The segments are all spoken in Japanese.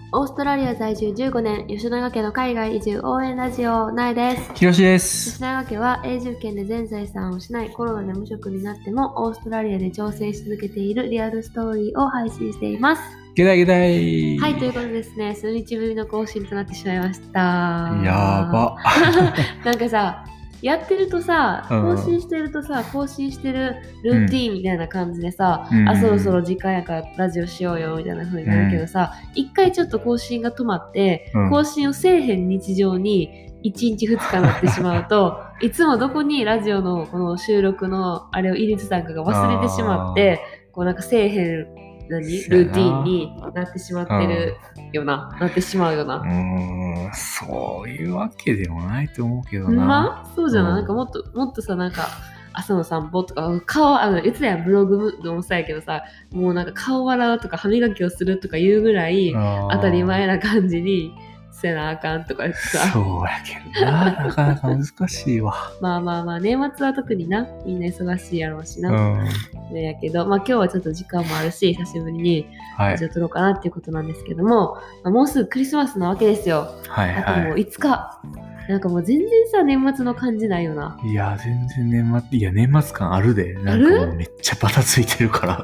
オーストラリア在住15年、吉永家の海外移住応援ラジオ、なえです。 ひろしです。 吉永家は永住権で全財産を失い、コロナで無職になってもオーストラリアで挑戦し続けているリアルストーリーを配信しています。 ゲダゲダイ。 はい、ということでですね、数日ぶりの更新となってしまいました。 やば。 なんかさ、やってるとさ、更新してるとさ、更新してるルーティーンみたいな感じでさ、そろそろ時間やからラジオしようよみたいな風になるけどさ、一回ちょっと更新が止まって、更新をせえへん日常に1日2日なってしまうといつもどこにラジオのこの収録のあれを入れてたんかが忘れてしまって、こうなんかせえへんルーティーンになってしまってるよな、なってしまうよな。 そういうわけでもないと思うけどな。 まあそうじゃない、なんかもっとさ、なんか朝の散歩とかいつやブログもそうやけどさ、もうなんか顔洗うとか歯磨きをするとかいうぐらい当たり前な感じにせなあかんとかさ。 そうやけどな、なかなか難しいわ。 まあ年末は特にな、みんな忙しいやろうしな。やけど、今日はちょっと時間もあるし、久しぶりにラジオ撮ろうかなっていうことなんですけども、もうすぐクリスマスなわけですよ。あともう5日。なんかもう全然さ、年末の感じないよな。 いや、全然年末感あるで。なんかもうめっちゃバタついてるから。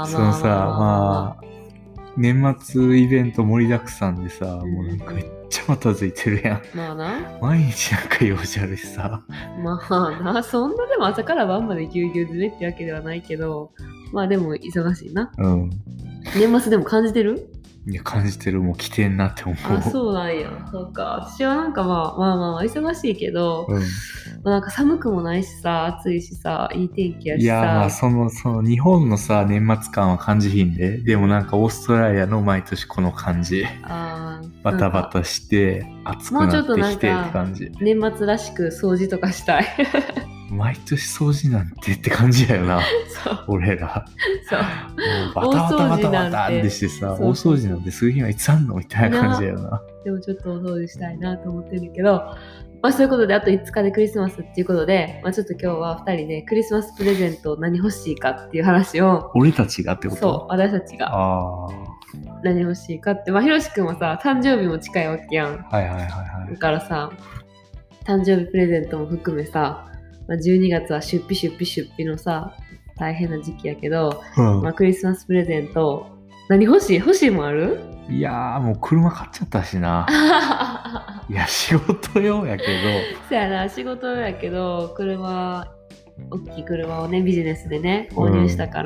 そのさ、年末イベント盛りだくさんでさ、もうなんかめっちゃバタついてるやん。 まあな。 毎日なんか用事あるしさ。 まあな、そんなでも朝から晩までぎゅうぎゅう詰めってわけではないけど、まあでも忙しいな。年末でも感じてる？ いや、感じてる。もう来てんなって思う。 あ、そうなんや。そうか。私はなんかまあ忙しいけど、なんか寒くもないしさ、暑いしさ、いい天気やしさ。 いや、まあその日本のさ、年末感は感じひんで。でもなんかオーストラリアの毎年この感じ。バタバタして、暑くなってきてって感じ。 年末らしく掃除とかしたい。 毎年掃除なんてって感じやよな。俺ら。 そう。 もうバタってしてさ、大掃除なんてする日はいつあんのみたいな感じやよな。 でもちょっとお掃除したいなと思ってるけど、そういうことであと5日でクリスマスっていうことで、ちょっと今日は2人でクリスマスプレゼント何欲しいかっていう話を。 俺たちがってこと？ そう、私たちが。何欲しいかって、ひろしくんはさ、誕生日も近いわけやん。だからさ、誕生日プレゼントも含めさ、12月は出費のさ、大変な時期やけど、クリスマスプレゼント何欲しいもんある？ いやもう車買っちゃったしな。いや、仕事用やけど。 そうやな、仕事用やけど、大きい車をね、ビジネスでね、購入したから、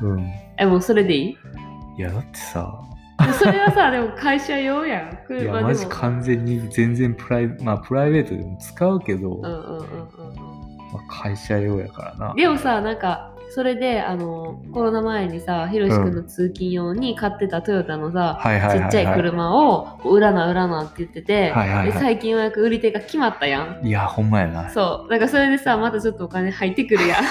もうそれでいい？ いや、だってさ、 それはさ、でも会社用やん。 いや、マジ完全に全然プライベートでも使うけど、会社用やからな。 でもさ、なんかそれでコロナ前にさ、ひろしくんの通勤用に買ってたトヨタのさ、ちっちゃい車を売らなって言ってて、で最近ようやく売り手が決まったやん。 いや、ほんまやな。 そう、だからそれでさ、またちょっとお金入ってくるやん。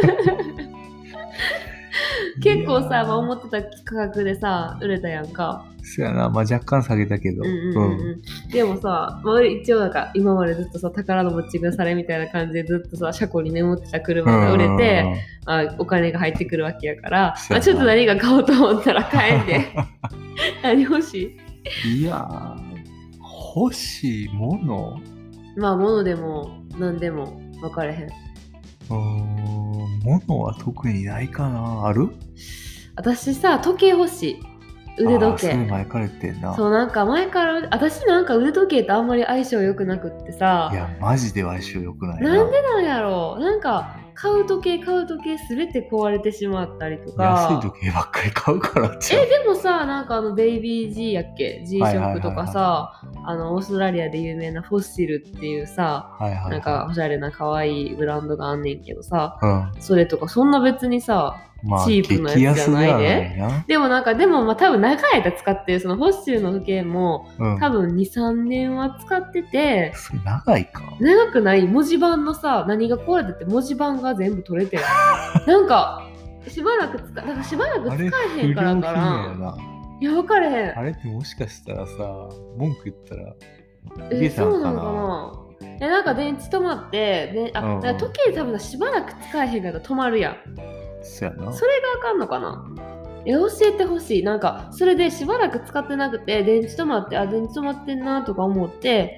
結構さ、思ってた価格でさ、売れたやんか。 そうやな、若干下げたけど。 でもさ、一応なんか今までずっとさ、宝の持ち腐れみたいな感じでずっとさ、車庫に眠ってた車が売れて、お金が入ってくるわけやから、ちょっと何が買おうと思ったら買えんで。何欲しい？ いや欲しいもの？ 物でも何でも分かれへん。 物は特にないかな。ある？ 私さ、時計欲しい。腕時計。 それ前から言ってんな。 そう、なんか前から、私なんか腕時計とあんまり相性良くなくってさ。 いや、マジで相性良くないな。 なんでなんやろう。なんか買う時計すべて壊れてしまったりとか。 安い時計ばっかり買うからっちゃう。 でもさ、なんかベイビー G やっけ G ショックとかさ、オーストラリアで有名なフォッシルっていうさ、なんかおしゃれな可愛いブランドがあんねんけどさ、それとかそんな別にさ、チープなやつじゃないで。でも多分長い間使ってるそのフォッシルの時計も、多分 2,3 年は使ってて。 それ長いか？ 長くない？文字盤のさ、何が壊れてて文字盤が全部取れてる。なんかしばらく使えへんからかな。いや、分かれへん。 あれってもしかしたらさ、文句言ったらそうなのかな。なんか電池止まって時計多分しばらく使えへんから止まるやん。 そうやな。 それがあかんのかな。 教えてほしい。なんかそれでしばらく使ってなくて電池止まって、電池止まってんなとか思って、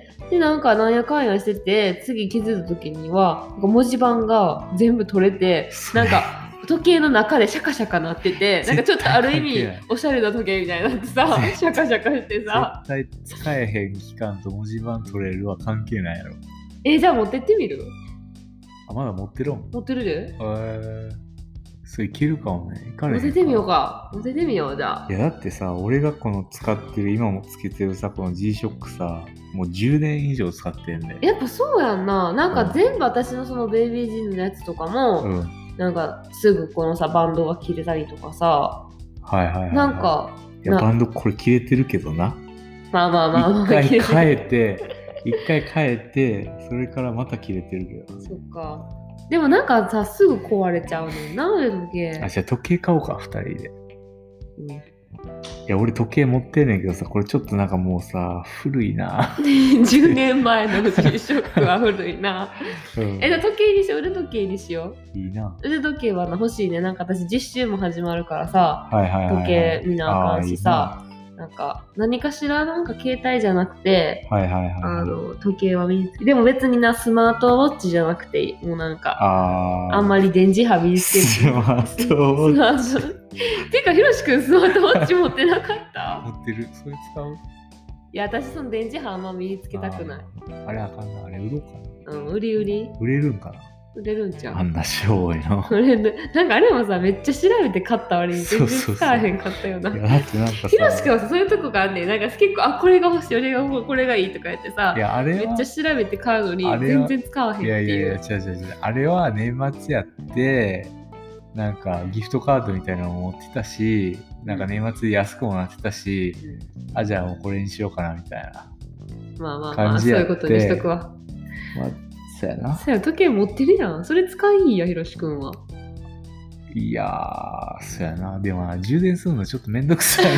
でなんかなんやかんやしてて、次気づいた時にはなんか文字盤が全部取れて、なんか時計の中でシャカシャカなってて、なんかちょっとある意味おしゃれな時計みたいになってさ、シャカシャカしてさ、 絶対使えへん期間と文字盤取れるは関係ないやろ。 じゃあ持ってってみる？ まだ持ってるん？ 持ってるで。 それいけるかもね。 持ってってみようか。持ってってみよう、じゃあ。 いやだってさ、俺がこの使ってる、今もつけてるさ、この G-SHOCK さ、もう10年以上使ってんね。 やっぱそうやんな。なんか全部私のそのベイビージーンのやつとかも、なんかすぐこのさ、バンドが切れたりとかさ、なんか、 いやバンドこれ切れてるけどな。 まあ。 一回変えて、それからまた切れてるけど。 そっか。でもなんかさ、すぐ壊れちゃうねんな、時計。 じゃあ時計買おうか、2人で。いや、俺時計持ってんねんけどさ、これちょっとなんかもうさ、古いな。 10年前の G-SHOCK は古いな。じゃあ時計にしよう、腕時計にしよう。いいな。 腕時計は欲しいね。なんか私実習も始まるからさ、時計見なあかんしさ、なんか何かしらなんか携帯じゃなくて、時計は身につけ、でも別になスマートウォッチじゃなくて、もうなんかあんまり電磁波身につける。 スマートウォッチ。 てかひろしくんスマートウォッチ持ってなかった？ 持ってる。それ使う？ いや私その電磁波あんま身につけたくない。 あれあかんな。あれ売ろうかな。 売り売れるんかな。 売れるんちゃう？ あんなしょぼいの。 なんかあれもさめっちゃ調べて買った割に全然使わへんかったよな。 いやだってなんかさ、 ひろしくんはさそういうとこがあんねん。なんか結構これが欲しい、俺がこれがいいとか言ってさ、 いやあれめっちゃ調べて買うのに全然使わへんっていう。 いや違う。あれは年末やってなんかギフトカードみたいなのも持ってたし、なんか年末で安くもなってたし、じゃあもうこれにしようかなみたいな。 まあそういうことにしとくわ。 そうやな。 そうや、時計持ってるやん。それ使いいや、ひろしくんは。 いやー、そうやな。でも充電するのちょっとめんどくさいね。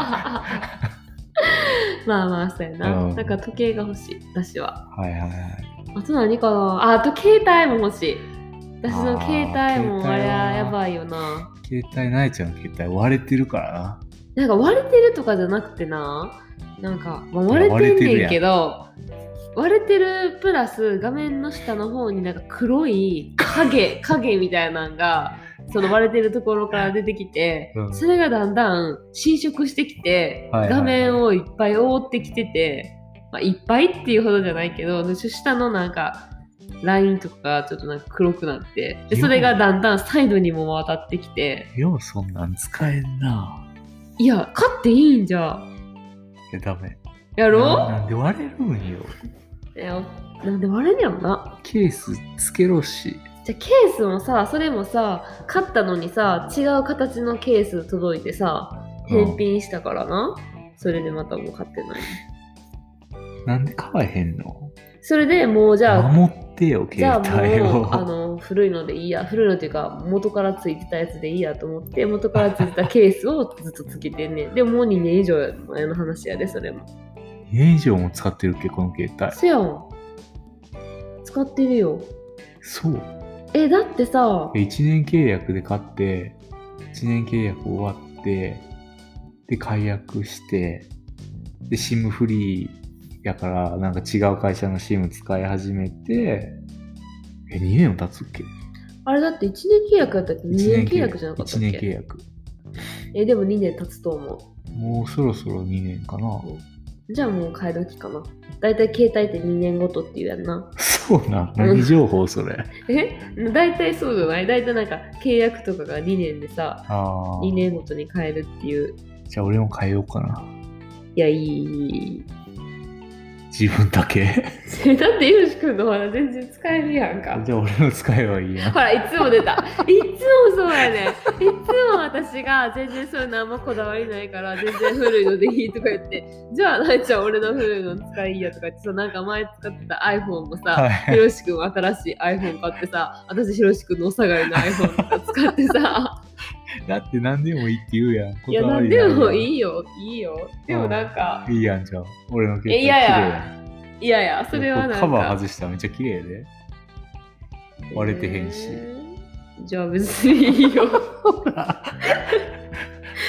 まあ、そうやな。だから時計が欲しい、私は。 あと何かな。あと携帯も欲しい。私の携帯もあれはやばいよな。 携帯ないちゃんの携帯割れてるからな。 なんか割れてるとかじゃなくてな。なんか、割れてんねんけど、割れてるプラス画面の下の方になんか黒い影みたいなのがその割れてるところから出てきて、それがだんだん侵食してきて、画面をいっぱい覆ってきてて、いっぱいっていうほどじゃないけど下のなんかラインとかがちょっとなんか黒くなって、でそれがだんだんサイドにも渡ってきて、 ようそんなん使えんな。 いや買っていいんじゃ。 いやダメやろ。 なんで割れるんよ。 なんで割れんやろな。 ケースつけろし。 じゃあケースもさ、それもさ、買ったのにさ、違う形のケース届いてさ、返品したからな。それでまたもう買ってない。 なんで買わへんの？ それでもうじゃあ守ってよ携帯を。 じゃあもう古いのでいいや、古いのっていうか元からついてたやつでいいやと思って元からついてたケースをずっとつけてんねん。でももう2年以上前の話やで、それも。 2年以上も使ってるっけこの携帯。 せやん。使ってるよ。 そう。 だってさ、 1年契約で買って1年契約終わってで解約してで SIM フリーやからなんか違う会社の SIM 使い始めて2年も経つっけ？ あれだって1年契約やったっけ？ 2 年契約じゃなかったっけ？ 1年契約。 でも2年経つと思う。もうそろそろ2年かな。 じゃあもう買い時かな。だいたい携帯って2年ごとっていうやんな。 そうな。何情報それ。 だいたいそうじゃない？だいたいなんか契約とかが2年でさ、2年ごとに買えるっていう。 じゃあ俺も変えようかな。 いや、いい。 自分だけだってゆうしくんのほら全然使えるやんか。 じゃあ俺の使えばいいやん。 ほらいつも出た。いつもそうやね。いつも私が全然そういうのあんまこだわりないから全然古いのでいいとか言って、じゃあなえちゃん俺の古いの使いいやとか言ってさ、なんか前使ってた iPhone もさ、ひろしくん新しい iPhone 買ってさ、私ひろしくんのお下がりの iPhone とか使ってさ。 だって何でもいいって言うやん。 いや何でもいいよ、いいよ。でもなんか、 いいやんじゃん。俺の携帯いやいや、それはなんかカバー外したらめっちゃ綺麗で。割れてへんし。 じゃあ別にいいよ。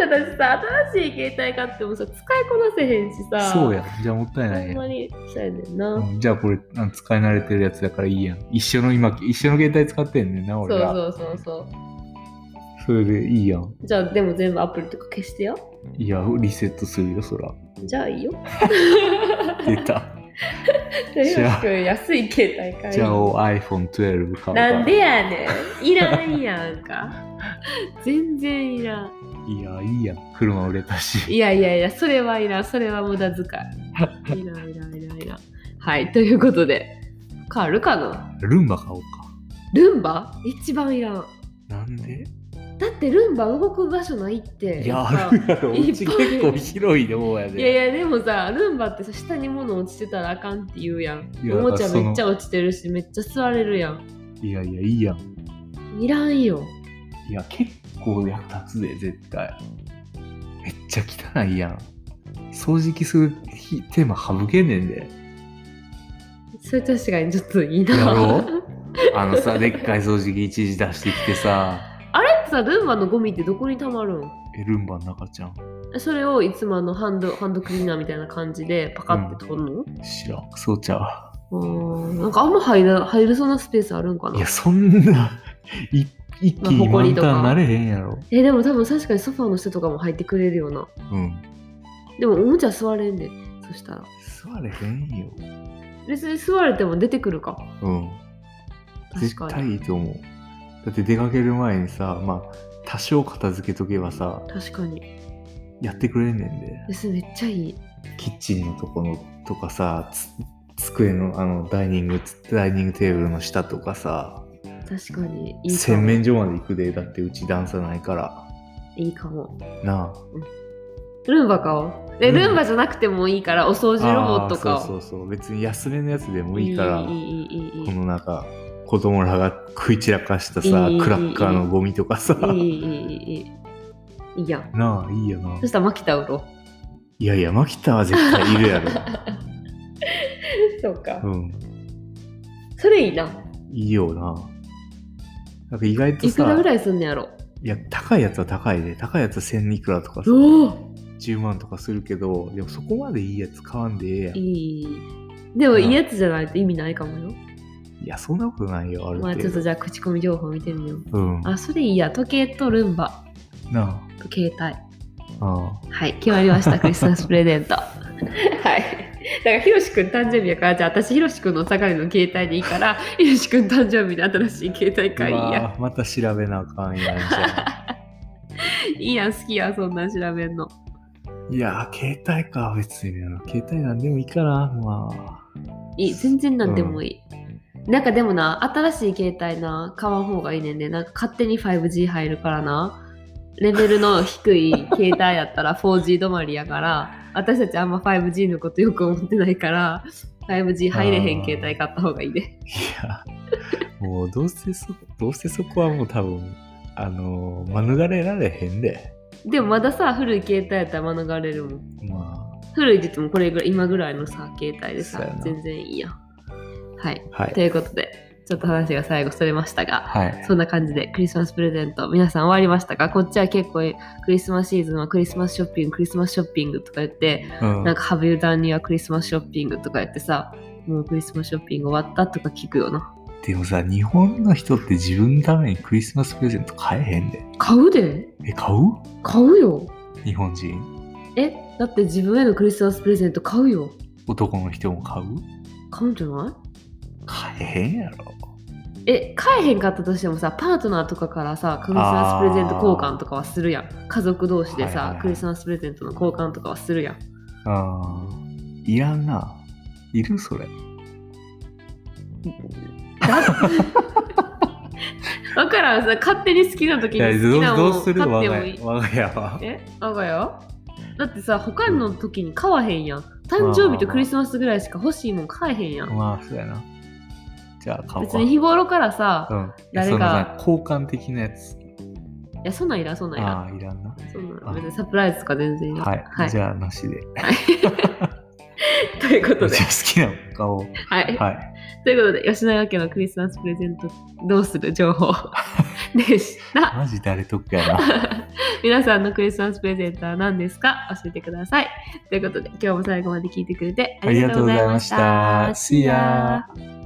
私さ、新しい携帯買ってもさ、使いこなせへんしさ。 そうやん。じゃあもったいないやん。 ほんまに、そうやねんな。 じゃあこれ使い慣れてるやつだからいいやん。一緒の携帯使ってんねんな、俺ら。 そう。 それでいいやん。 じゃあでも全部アプリとか消してよ。 いや、リセットするよ、そら。 じゃあいいよ。 出た。 じゃあ安い携帯買い。 じゃあ iPhone 12買う。 なんでやねん。いらんやんか。全然いらん。 いや、いいやん。車売れたし。 いや、それはいらん。それは無駄遣い。いらん。はい、ということで。変わるかな？ ルンバ買おうか。 ルンバ？一番いらん。 なんで？ だってルンバ動く場所ないって。 いや、あるやろ。うち結構広いでもやで。 いや、でもさ、ルンバってさ、下に物落ちてたらあかんって言うやん。おもちゃめっちゃ落ちてるし、めっちゃ座れるやん。 いや、いいやん。 いらんよ。 いや、結構役立つで、絶対。めっちゃ汚いやん。掃除機する手間省けんねんで。 それ確かにちょっといいな。 やろう？でっかい掃除機一時出してきてさ。 あれってさ、ルンバのゴミってどこにたまるん？ ルンバの中ちゃん。 それをいつもハンドクリーナーみたいな感じでパカって取るの？ 知らん。そうちゃう。 なんかあんま入るそうなスペースあるんかな？ いや、そんな、一気に満タンなれへんやろ。 でも多分確かにソファーの下とかも入ってくれるような。 うん。 でもおもちゃ座れんで、そしたら。 座れへんよ。 別に座れても出てくるか。 うん。絶対いいと思う。だって出かける前にさ、まあ、多少片付けとけばさ、 確かに。 やってくれんねんで。 めっちゃいい。 キッチンのとかさ、机のダイニングテーブルの下とかさ、 確かにいい。 洗面所まで行くで、だってうち段差ないから。 いいかも。 なあ。 ルンバ買おう。ルンバじゃなくてもいいから、お掃除ロボットか。 そう。別に安めのやつでもいいから、 いい。 このなんか、子供らが食い散らかしたさ、クラッカーのゴミとかさ。 いいやん。 なあ、いいよな。 そしたらマキタ売ろう。 いや、マキタは絶対いるやろ。 そうか。 うん。 それいいな。 いいよな。なんか意外とさ。 いくらぐらいすんねやろ。 いや、高いやつは高いで。高いやつは1000いくらとかさ。10万とかするけど、でもそこまでいいやつ買わんでええやん。でもいいやつじゃないと意味ないかもよ。 いや、そんなことないよ、ある程度。 まあちょっとじゃあ口コミ情報見てみよう。 うん。 あ、それいいや。時計とルンバ。 なあ。 携帯。 はい、 決まりました。クリスマスプレゼント。はい。だから、ひろしくん誕生日やから、じゃあ私、ひろしくんのお下がりの携帯でいいから、ひろしくん誕生日で新しい携帯買いや。 また調べなあかんやんじゃん。いいやん、好きやん、そんなん調べんの。 いや、携帯か、別に。携帯なんでもいいかな、まあ。 いい、全然なんでもいい。なんかでもな、新しい携帯な、買わん方がいいねんで、なんか勝手に 5G 入るからな。レベルの低い携帯やったら 4G 止まりやから、私たちあんま 5G のことよく思ってないから、5G 入れへん携帯買った方がいいで。いや、もうどうせそこはもう多分、免れられへんで。 でもまださ、古い携帯やったら免れるもん。まあ。古いって言ってもこれぐらい、今ぐらいのさ、携帯でさ、全然いいやん。はい。ということで。ちょっと話が最後それましたが、そんな感じでクリスマスプレゼント皆さん終わりましたか？こっちは結構クリスマスシーズンはクリスマスショッピングとか言って、なんかハブユダンにはクリスマスショッピングとか言ってさ、もうクリスマスショッピング終わったとか聞くよな。 でもさ、日本の人って自分のためにクリスマスプレゼント買えへんで。 買うで。買うよ。 日本人。 だって自分へのクリスマスプレゼント買うよ。 男の人も買うんじゃない？ 買えへんやろ。 買えへんかったとしてもさ、パートナーとかからさ、クリスマスプレゼント交換とかはするやん。家族同士でさ、クリスマスプレゼントの交換とかはするやん。 いらんな。いるそれ。 だからさ、勝手に好きな時に好きなもの買ってもいい。 我が家は。 我が家？だってさ、他の時に買わへんやん。誕生日とクリスマスぐらいしか欲しいもん買えへんやん。 まあ、そうやな。じゃあ買おうか。 別に日頃からさ、誰か交換的なやつ。 いや、そんなんいらん。 いらんな。 そんなん別にサプライズとか全然いらん。 はい。じゃあ、なしで。 ということで。 じゃあ好きなの買おう。 はい。ということで、吉永家のクリスマスプレゼントどうする情報。 でした。 マジ誰得やな。 皆さんのクリスマスプレゼントは何ですか？教えてください。ということで、今日も最後まで聞いてくれてありがとうございました。 See ya!